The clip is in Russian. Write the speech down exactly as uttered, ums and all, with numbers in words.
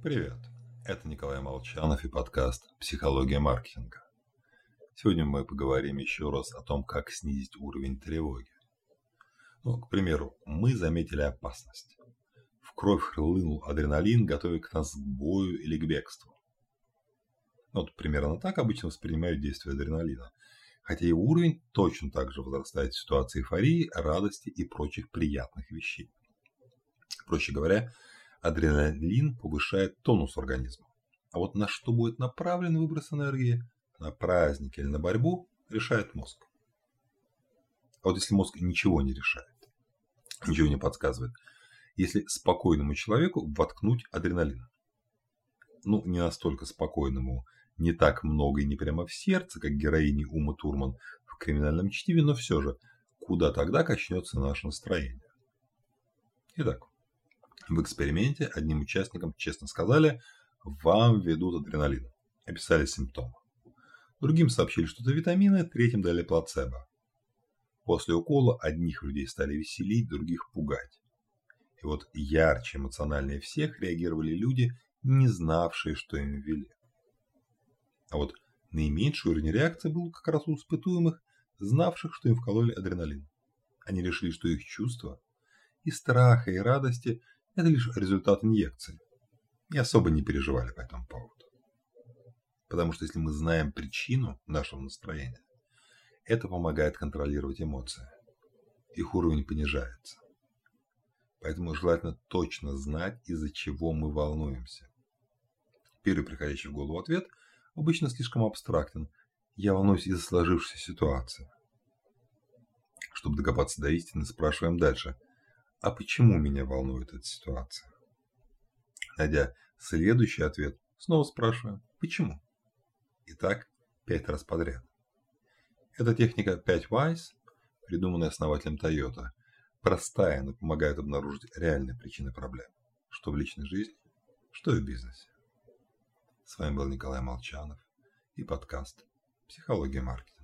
Привет, это Николай Молчанов и подкаст «Психология маркетинга». Сегодня мы поговорим еще раз о том, как снизить уровень тревоги. Ну, к примеру, мы заметили опасность. В кровь хлынул адреналин, готовя к нас к бою или к бегству. Вот примерно так обычно воспринимают действие адреналина, хотя его уровень точно так же возрастает в ситуации эйфории, радости и прочих приятных вещей. Проще говоря, адреналин повышает тонус организма. А вот на что будет направлен выброс энергии, на праздник или на борьбу, решает мозг. А вот если мозг ничего не решает, ничего не подсказывает, если спокойному человеку воткнуть адреналин. Ну, не настолько спокойному, не так много и не прямо в сердце, как героине Умы Турман в «Криминальном чтиве», но все же, куда тогда качнется наше настроение? Итак, в эксперименте одним участникам честно сказали: вам ведут адреналин. Описали симптомы. Другим сообщили, что это витамины, третьим дали плацебо. После укола одних людей стали веселить, других пугать. И вот ярче, эмоциональнее всех реагировали люди, не знавшие, что им ввели. А вот наименьший уровень реакции был как раз у испытуемых, знавших, что им вкололи адреналин. Они решили, что их чувства и страха, и радости – это лишь результат инъекции. И особо не переживали по этому поводу. Потому что если мы знаем причину нашего настроения, это помогает контролировать эмоции. Их уровень понижается. Поэтому желательно точно знать, из-за чего мы волнуемся. Первый приходящий в голову ответ обычно слишком абстрактен. Я волнуюсь из-за сложившейся ситуации. Чтобы докопаться до истины, спрашиваем дальше. А почему меня волнует эта ситуация? Найдя следующий ответ, снова спрашиваем, почему? И так пять раз подряд. Эта техника пять whys, придуманная основателем Toyota, простая, но помогает обнаружить реальные причины проблем, что в личной жизни, что и в бизнесе. С вами был Николай Молчанов и подкаст «Психология маркетинга».